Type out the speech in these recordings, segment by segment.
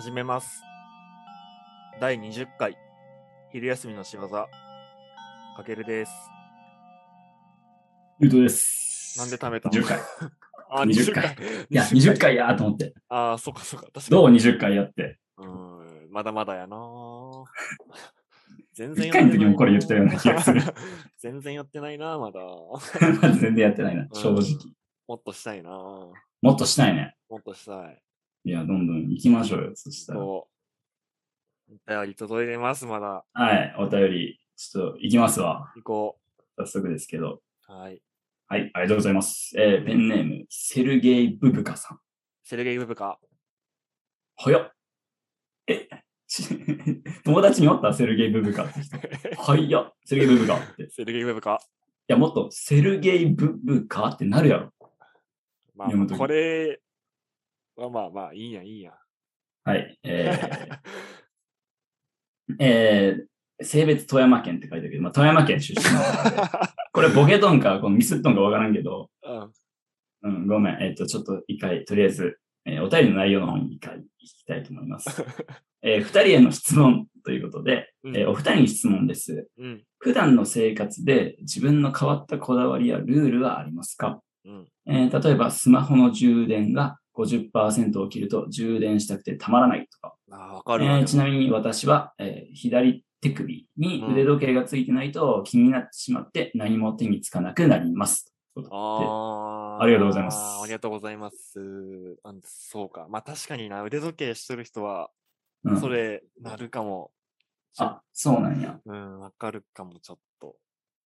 始めます。第20回昼休みの仕業、かけるです。 ゆうとです。 なんで貯めた 20回。 あ、 20 20 回。 回。 いや、20回やと思って。 ああ、そっかそっか。確かに。 どう20回やって。 まだまだやな全然 1回の時もこれ言ったような気がする。 全然やってないなまだ。 まず全然やってないな、正直。 もっとしたいなもっとしたいね。 もっとしたい。 いや、どんどん行きましょうよ、そしたら。 お便り届いてます、まだ。 はい、お便り、ちょっと行きますわ。 行こ早速ですけど。 う。はい。 はい、ありがとうございます。ペンネーム、セルゲイ・ブブカさん。 セルゲイブブカ。 早っ。友達におったセルゲイ・ブブカって人。早っ。セルゲイ・ブブカって。いセルゲイブブカ。 や、もっと、セルゲイ・ブブカってなるやろ。 まあ、これはまあ、いいや、いいや。 はい。性別富山県って書いてあるけど、まあ、富山県出身の方で、これボケとんかこのミスっとんかわからんけど、ごめん。ちょっと一回、とりあえず、お便りの内容の方に一回行きたいと思います。二人への質問ということで、お二人に質問です。普段の生活で自分の変わったこだわりやルールはありますか？例えば、スマホの充電が50% を切ると充電したくてたまらないとか。ちなみに私は、左手首に腕時計がついてないと気になってしまって何も手につかなくなります。ありがとうございます。 ありがとうございます。そうか。まあ確かにな、腕時計してる人は、それなるかも。 あ、そうなんや。 わかるかも、ちょっと。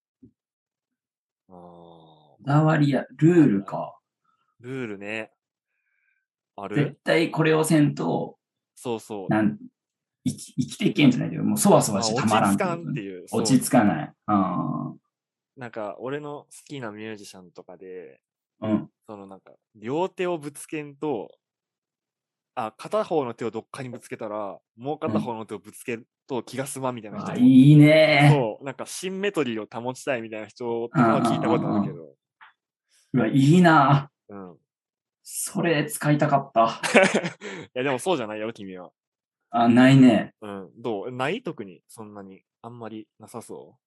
こだわりやルールか。 ルールね。ある？ 絶対これをせんと、 そうそう。 生きていけんじゃないけど、もうそわそわしてたまらん落ち着かんっていう。 落ち着かない。 なんか、俺の好きなミュージシャンとかで、 なんか、両手をぶつけんと、片方の手をどっかにぶつけたら、もう片方の手をぶつけると気が済まんみたいな人も、 いいね。 そう、なんかシンメトリーを保ちたいみたいな人とかは聞いたことあるけど。 うわ、いいな。 うん。 それ使いたかった。 いや、でもそうじゃないよ、君は。 ないね。 どう？ない？特に、そんなに。あんまりなさそう？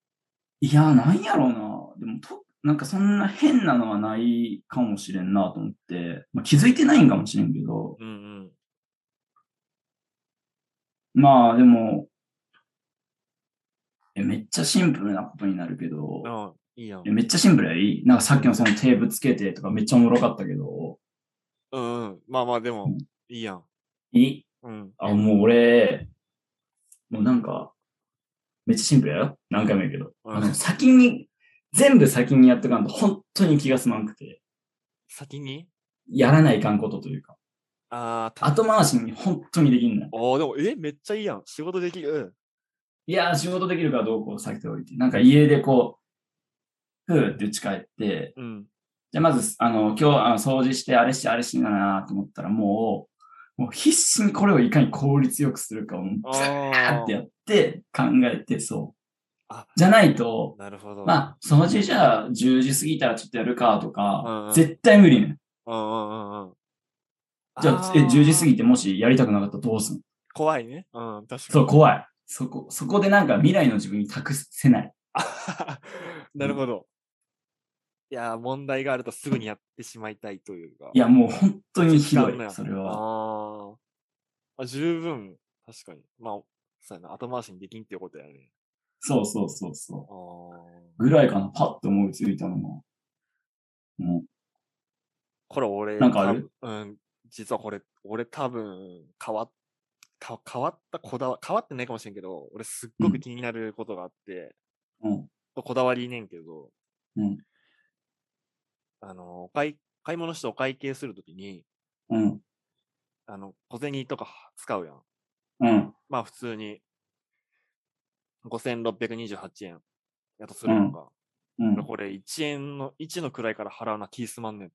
いや、なんやろうな。でもなんかそんな変なのはないかもしれんなと思って、まあ、気づいてないんかもしれんけど、まあでも、めっちゃシンプルなことになるけど、 いいやん。 めっちゃシンプルやいい？なんかさっきのそのテープつけてとかめっちゃおもろかったけど。 まあでも、いいやん。 いい？もう俺、もうなんか、めっちゃシンプルやよ。何回も言うけど。全部先にやっとかんと本当に気が済まんくて。 先にやらないかんことというか。後回しに本当にできんの。 でも、めっちゃいいやん。仕事できる。 いや、仕事できるかどうかを避けておいて。なんか家でこう、ふーって打ち返って、じゃあまず、今日掃除して、あれしだなと思ったらもう必死にこれをいかに効率よくするかをバーってやって考えて、そう。じゃないと、 なるほど。 まあ、掃除じゃあ10時過ぎたらちょっとやるかとか、絶対無理ね。じゃあ、10時過ぎてもしやりたくなかったらどうすんの？ 怖いね。確かに。 そう、怖い。そこでなんか未来の自分に託せない。 なるほど。いや、問題があるとすぐにやってしまいたいというか。 いや、もう本当にひどい、それは。 十分、確かに。まあ、そうやな、後回しにできんっていうことやね。 そう。ぐらいかな、パッと思いついたのは。 これ俺、 なんかある？ 実はこれ、俺多分、変わってないかもしれんけど、俺すっごく気になることがあって、こだわりねんけど、買い物してお会計するときに、小銭とか使うやん。まあ普通に、5628円やとするのか。これ1の位から払うな気すまんねんって。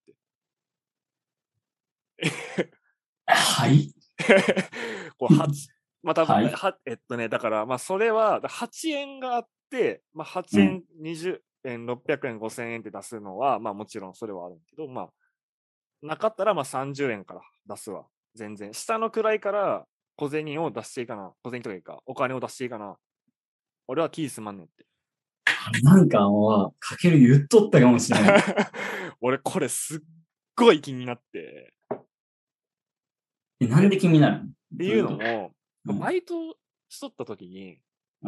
はい。 これまた、だから、まあ、それは、8円があって、まあ、8円、20円、600円、5000円って出すのは、まあ、もちろんそれはあるけど、まあ、なかったら、まあ、30円から出すわ。全然。下の位から小銭を出していいかな。小銭とかいいか。お金を出していいかな。俺はキーすまんねんって。 なんかもう、かける言っとったかもしれない。 俺これすっごい気になって。 なんで気になるのっていうのも、バイトしとった時に、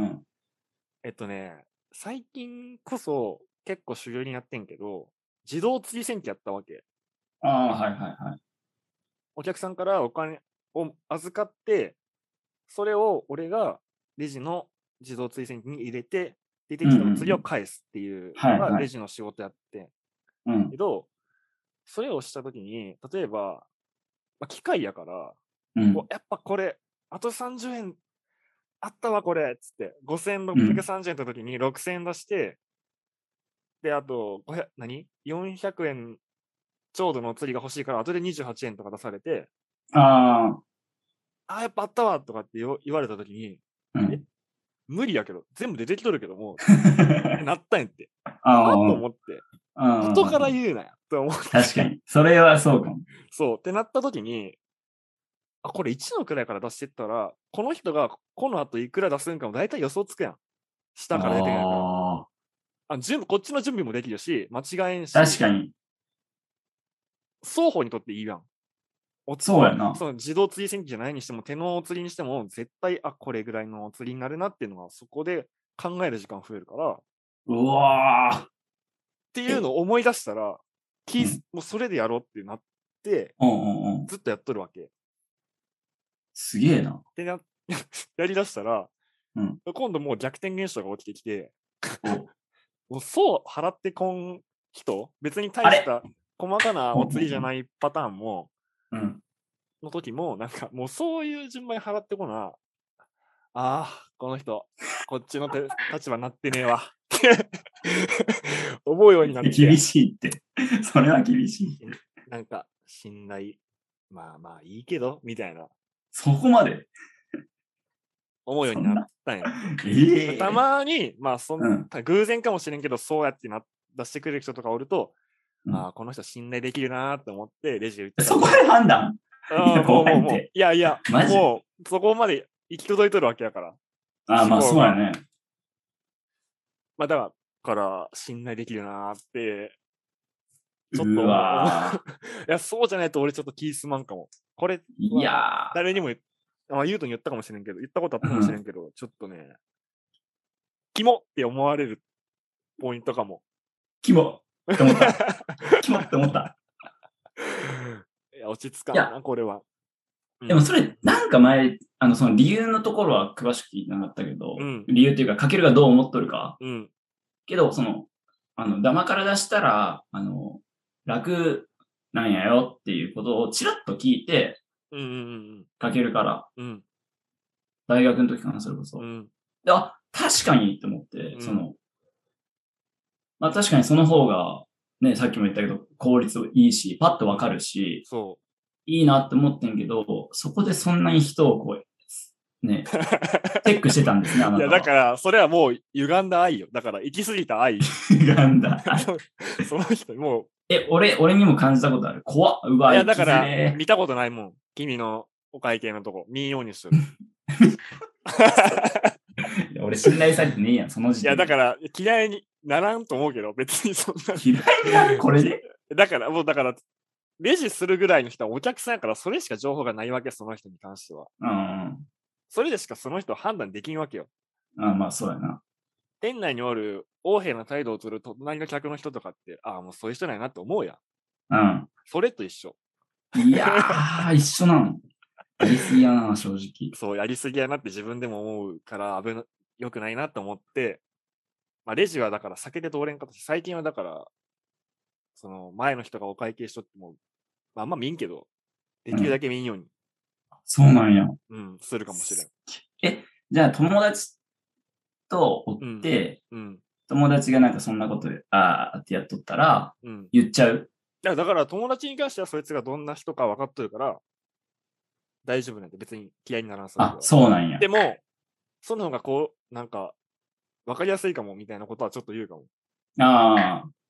最近こそ結構主流になってんけど、自動釣り銭機やったわけ。 ああ、はいはいはい。 お客さんからお金を預かって、それを俺がレジの自動釣り銭機に入れて、出てきたお釣りを返すっていうのがレジの仕事やって。けど、それをしたときに、例えば、機械やから、やっぱこれ、あと30円あったわ、これっつって、5630円の時に6000円出して、で、あと、400円ちょうどのお釣りが欲しいから、後で28円とか出されて、やっぱあったわとかって言われた時に、無理やけど、全部出てきとるけども、なったんやって。と思って、後から言うなよと思って。 確かに。それはそうかも。 そう。ってなった時に、これ1のくらいから出してったら、この人がこの後いくら出すんかも大体予想つくやん。下から出てくるから。こっちの準備もできるし、間違えんし。 確かに。 双方にとっていいやん。 そうやな。 その自動釣り銭機じゃないにしても、手のお釣りにしても、絶対、これぐらいのお釣りになるなっていうのが、そこで考える時間増えるから。 うわー。 っていうのを思い出したら、もうそれでやろうってなって、ずっとやっとるわけ。 すげえな。 でやりだしたら、今度もう逆転現象が起きてきて、もうそう払ってこん人、別に大した細かなお釣りじゃないパターンも、の時も、なんかもうそういう順番に払ってこな、この人、こっちの立場になってねえわって思うようになって。 厳しいって。それは厳しい。 なんか、信頼、まあいいけど、みたいな。 そこまで思うようになったんや。たまに、偶然かもしれんけど、そうやって出してくれる人とかおると、この人信頼できるなって思ってレジ打って。 そこで判断もう。いや、もう、そこまで行き届いとるわけやから。 まあそうやね。 だから、信頼できるなって、 ちょっと。いや、そうじゃないと俺ちょっと気すまんかも。これ、誰にも言うとに言ったかもしれんけど、言ったことあったかもしれんけど、ちょっとね、キモって思われるポイントかも。 キモって思った。キモって思った。 いや、落ち着かんな、これは。 でもそれ、なんか前、その理由のところは詳しく聞いてなかったけど、理由っていうか、かけるがどう思っとるか。けど、ダマから出したら、楽なんやよっていうことをちらっと聞いて、かけるから、大学の時かな、それこそ。確かにって思って、確かにその方が、ね、さっきも言ったけど、効率いいし、パッとわかるし、いいなって思ってんけど、そこでそんなに人をね、チェックしてたんですね、あなたは。 いや、だから、それはもう歪んだ愛よ。だから、行き過ぎた愛。 歪んだ愛。 その人にもう。 俺にも感じたことある。怖っ、うわ、 いや、だから、見たことないもん。君のお会計のとこ、見んようにする。 俺信頼されてねえやん、その時点で。いや、だから、嫌いにならんと思うけど、別にそんな。 嫌いになるこれでだから、レジするぐらいの人はお客さんやから、それしか情報がないわけ、その人に関しては。それでしかその人を判断できんわけよ。 まあ、そうやな。 店内におる横柄な態度をする隣の客の人とかって、もうそういう人なんやなって思うやん。それと一緒。 いやー、一緒なの。やりすぎやな、正直。 そう、やりすぎやなって自分でも思うから、良くないなと思って、レジはだから避けて通れんかったし、最近はだから、その前の人がお会計しとっても、あんま見んけど、できるだけ見んように。 そうなんや。 するかもしれん。 じゃあ友達とおって、友達がなんかそんなことで、ってやっとったら、言っちゃう。 だから友達に関してはそいつがどんな人か分かっとるから、大丈夫なんで別に嫌いにならんさ。 そうなんや。 でも、その方がなんか、分かりやすいかもみたいなことはちょっと言うかも。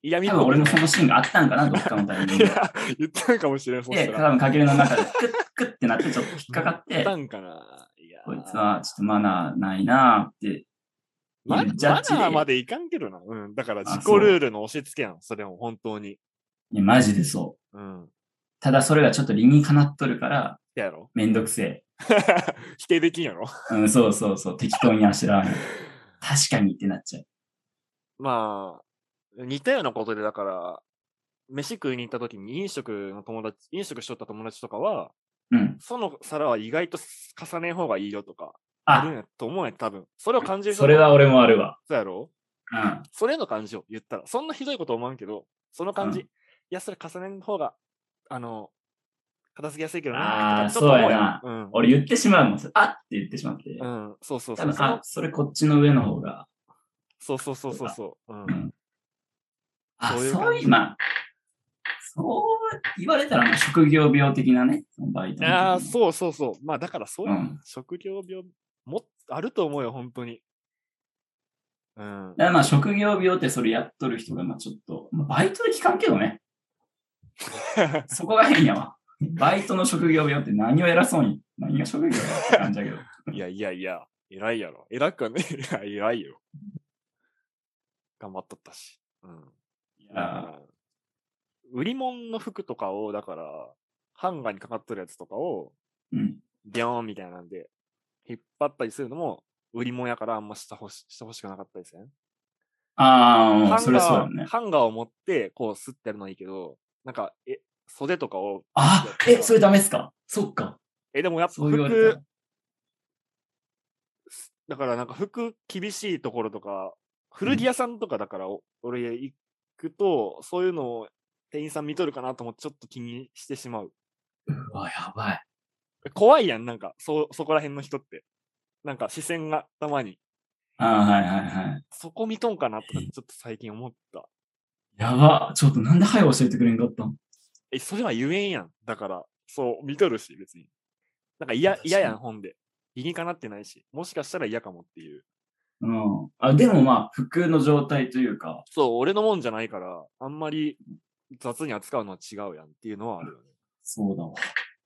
嫌味多分俺もそのシーンがあったんかな、どっかのタイミングで。 言ったんかもしれん。 で、多分かけるの中でクックッってなってちょっと引っかかって、 言ったんかな。いやこいつはちょっとマナーないなーって。 マナーまでいかんけどな。うん。だから自己ルールの押し付けやん。それも本当に。 いや、マジでそう。うん。ただそれがちょっと理にかなっとるから、 やろめんどくせえ。 否定できんやろうん、そうそうそう。適当にあしらわない。確かにってなっちゃう。 まあ、似たようなことで、だから、飯食いに行った時に飲食しとった友達とかは、 うん。 その皿は意外と重ねん方がいいよとか、あるんやと思うやん、多分。それを感じる人。 それは俺もあるわ。 そうやろうん。 それの感じを言ったら、そんなひどいこと思わんけど、その感じ、いや、それ重ねん方が、片付けやすいけどな。 ああ、そうやな。俺言ってしまうもん。あって言ってしまって。 うん、そうそうそう。多分、それこっちの上の方が。 そうそうそうそう。うん。 そういう、まあ、そう言われたら、職業病的なね、バイト。 ああ、そうそうそう。まあ、だからそういう、職業病もあると思うよ、本当に。 うん。まあ、職業病ってそれやっとる人が、まあちょっと、まあ、バイトで聞かんけどね。そこが変やわ。バイトの職業病って何を偉そうに、何が職業だって感じだけど。 いや、偉いやろ。偉くはね、偉いよ。頑張っとったし。うん。いや、売り物の服とかを、だから、ハンガーにかかっとるやつとかを、ビョーンみたいなんで、引っ張ったりするのも、売り物やからあんましてほしくなかったですね。 ああ、それそうよね。 ハンガーを持って、こう、スッてやるのはいいけど、なんか、袖とかを。 それダメっすか？そっか。 でもやっぱ服、だからなんか服厳しいところとか、古着屋さんとかだから、俺行くと、そういうのを店員さん見とるかなと思ってちょっと気にしてしまう。 うわ、やばい。 怖いやん、なんか、そこら辺の人って。なんか視線がたまに。 はい。 そこ見とんかなとかちょっと最近思った。 やば。ちょっとなんで早教えてくれんかったん？ それは言えんやん。だから、そう、見とるし、別に。なんか嫌やん、本で。理にかなってないし、もしかしたら嫌かもっていう。 でもまあ、服の状態というか。 そう、俺のもんじゃないから、あんまり雑に扱うのは違うやんっていうのはあるよね。 そうだわ。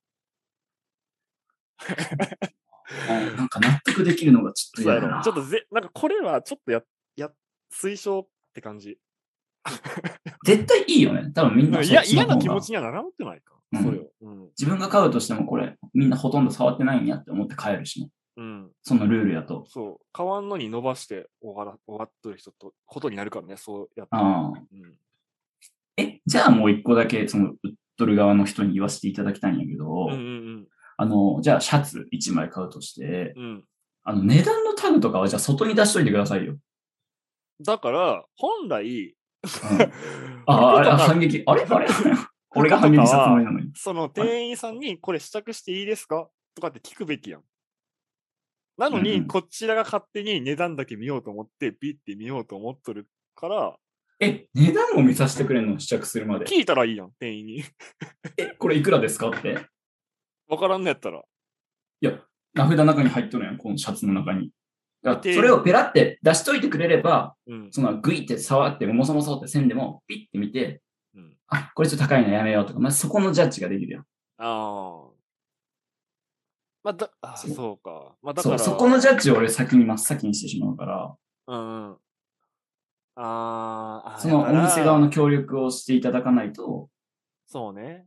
なんか納得できるのがちょっと嫌だな。 ちょっとなんかこれはちょっと推奨って感じ。 絶対いいよね。多分みんな嫌な気持ちにはならんってないか。それを。 自分が買うとしてもこれ、みんなほとんど触ってないんやって思って買えるしね。そのルールやと。 そう。買わんのに伸ばして終わっとる人と、ことになるからね、そうやって。 じゃあもう一個だけ、その、売っとる側の人に言わせていただきたいんやけど、じゃあシャツ1枚買うとして、値段のタグとかはじゃあ外に出しといてくださいよ。 だから、本来、 反撃、あれ俺が反撃したつもりなのに。 その店員さんにこれ試着していいですかとかって聞くべきやん。なのに、こちらが勝手に値段だけ見ようと思って、ビッて見ようと思っとるから。 値段も見させてくれんの？試着するまで。 聞いたらいいやん、店員に。 これいくらですかって。 わからんのやったら。いや、名札の中に入っとるやん、このシャツの中に。それをペラって出しといてくれれば、そのグイって触って、もそもそって線でも、ピッて見て、これちょっと高いのやめようとか、そこのジャッジができるやん。 そうか。 だからそこのジャッジを俺真っ先にしてしまうから。そのお店側の協力をしていただかないと。 そうね。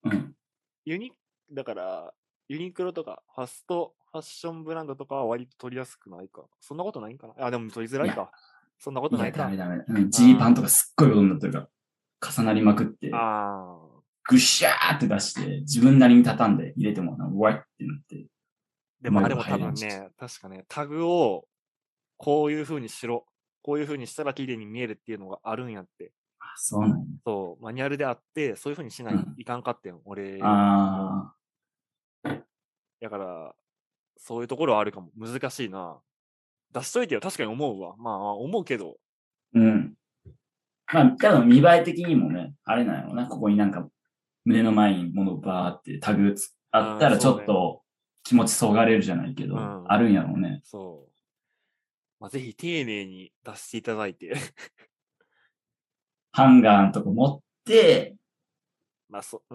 だから、ユニクロとかファッションブランドとかは割と取りやすくないか。そんなことないんかな。でも取りづらいか。そんなことないか。 ダメ。ジーパンとかすっごいことになってるから、重なりまくって、ぐしゃーって出して、自分なりに畳んで入れても、わいってなって。 でもあれも多分ね、確かね、タグをこういう風にしろ。こういう風にしたら綺麗に見えるっていうのがあるんやって。 そうなんや。 そう、マニュアルであって、そういう風にしないといかんかってん、俺。だから、そういうところはあるかも。難しいな。出しといてよ。確かに思うわ。まあ、思うけど。 まあ、多分見栄え的にもね、あれなんやろな。ここになんか、胸の前に物バーってタグあったらちょっと気持ちそがれるじゃないけど、あるんやろうね。 そう。まあ、ぜひ丁寧に出していただいて。 ハンガーのとこ持って、 まあ、うん。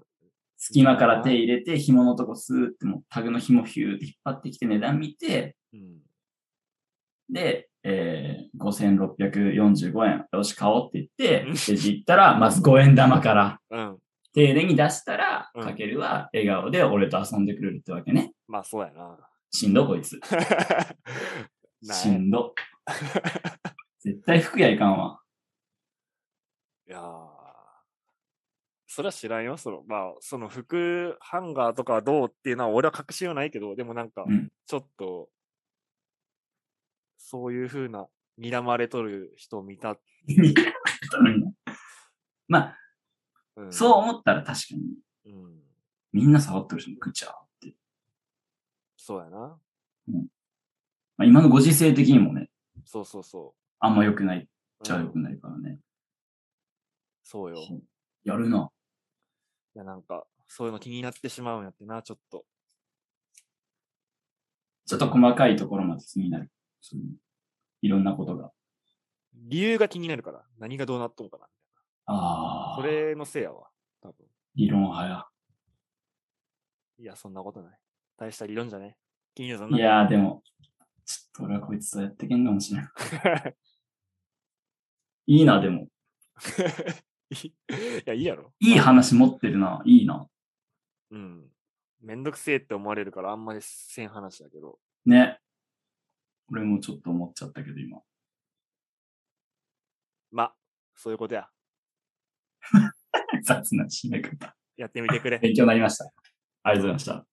隙間から手入れて、紐のとこスーってもタグの紐ヒューって引っ張ってきて値段見て、うん、で、5645円、よし、買おうって言って、レジ行ったら、まず5円玉から、丁寧に出したら、かけるは笑顔で俺と遊んでくれるってわけね。 まあ、そうやな。 しんど、こいつ。しんど。絶対服やいかんわ。 いやー。それは知らんよ。その服、ハンガーとかはどうっていうのは俺は確信はないけど、でもなんか、ちょっと、そういう風な、睨まれとる人を見た。 まあ、そう思ったら確かに。みんな触ってる人も食っちゃうって。 そうやな。 まあ、今のご時世的にもね。 そうそうそう。 あんま良くないっちゃ良くないからね。 そうよ。 やるな。 いや、なんか、そういうの気になってしまうんやってな、ちょっと。 ちょっと細かいところまで気になる。いろんなことが。 理由が気になるから、何がどうなっとんかな。 ああ。 それのせいやわ、多分。 理論派や。 いや、そんなことない。大した理論じゃね。気になるいやー、でも、ちょっと俺はこいつとやってけんかもしれん。いいな、でも。 いや、いいやろ。 いい話持ってるな。いいな。 うん。めんどくせえって思われるからあんまりせん話だけど。 ね。俺もちょっと思っちゃったけど、今。 ま、そういうことや。 雑な締め方。 やってみてくれ。 勉強になりました。ありがとうございました。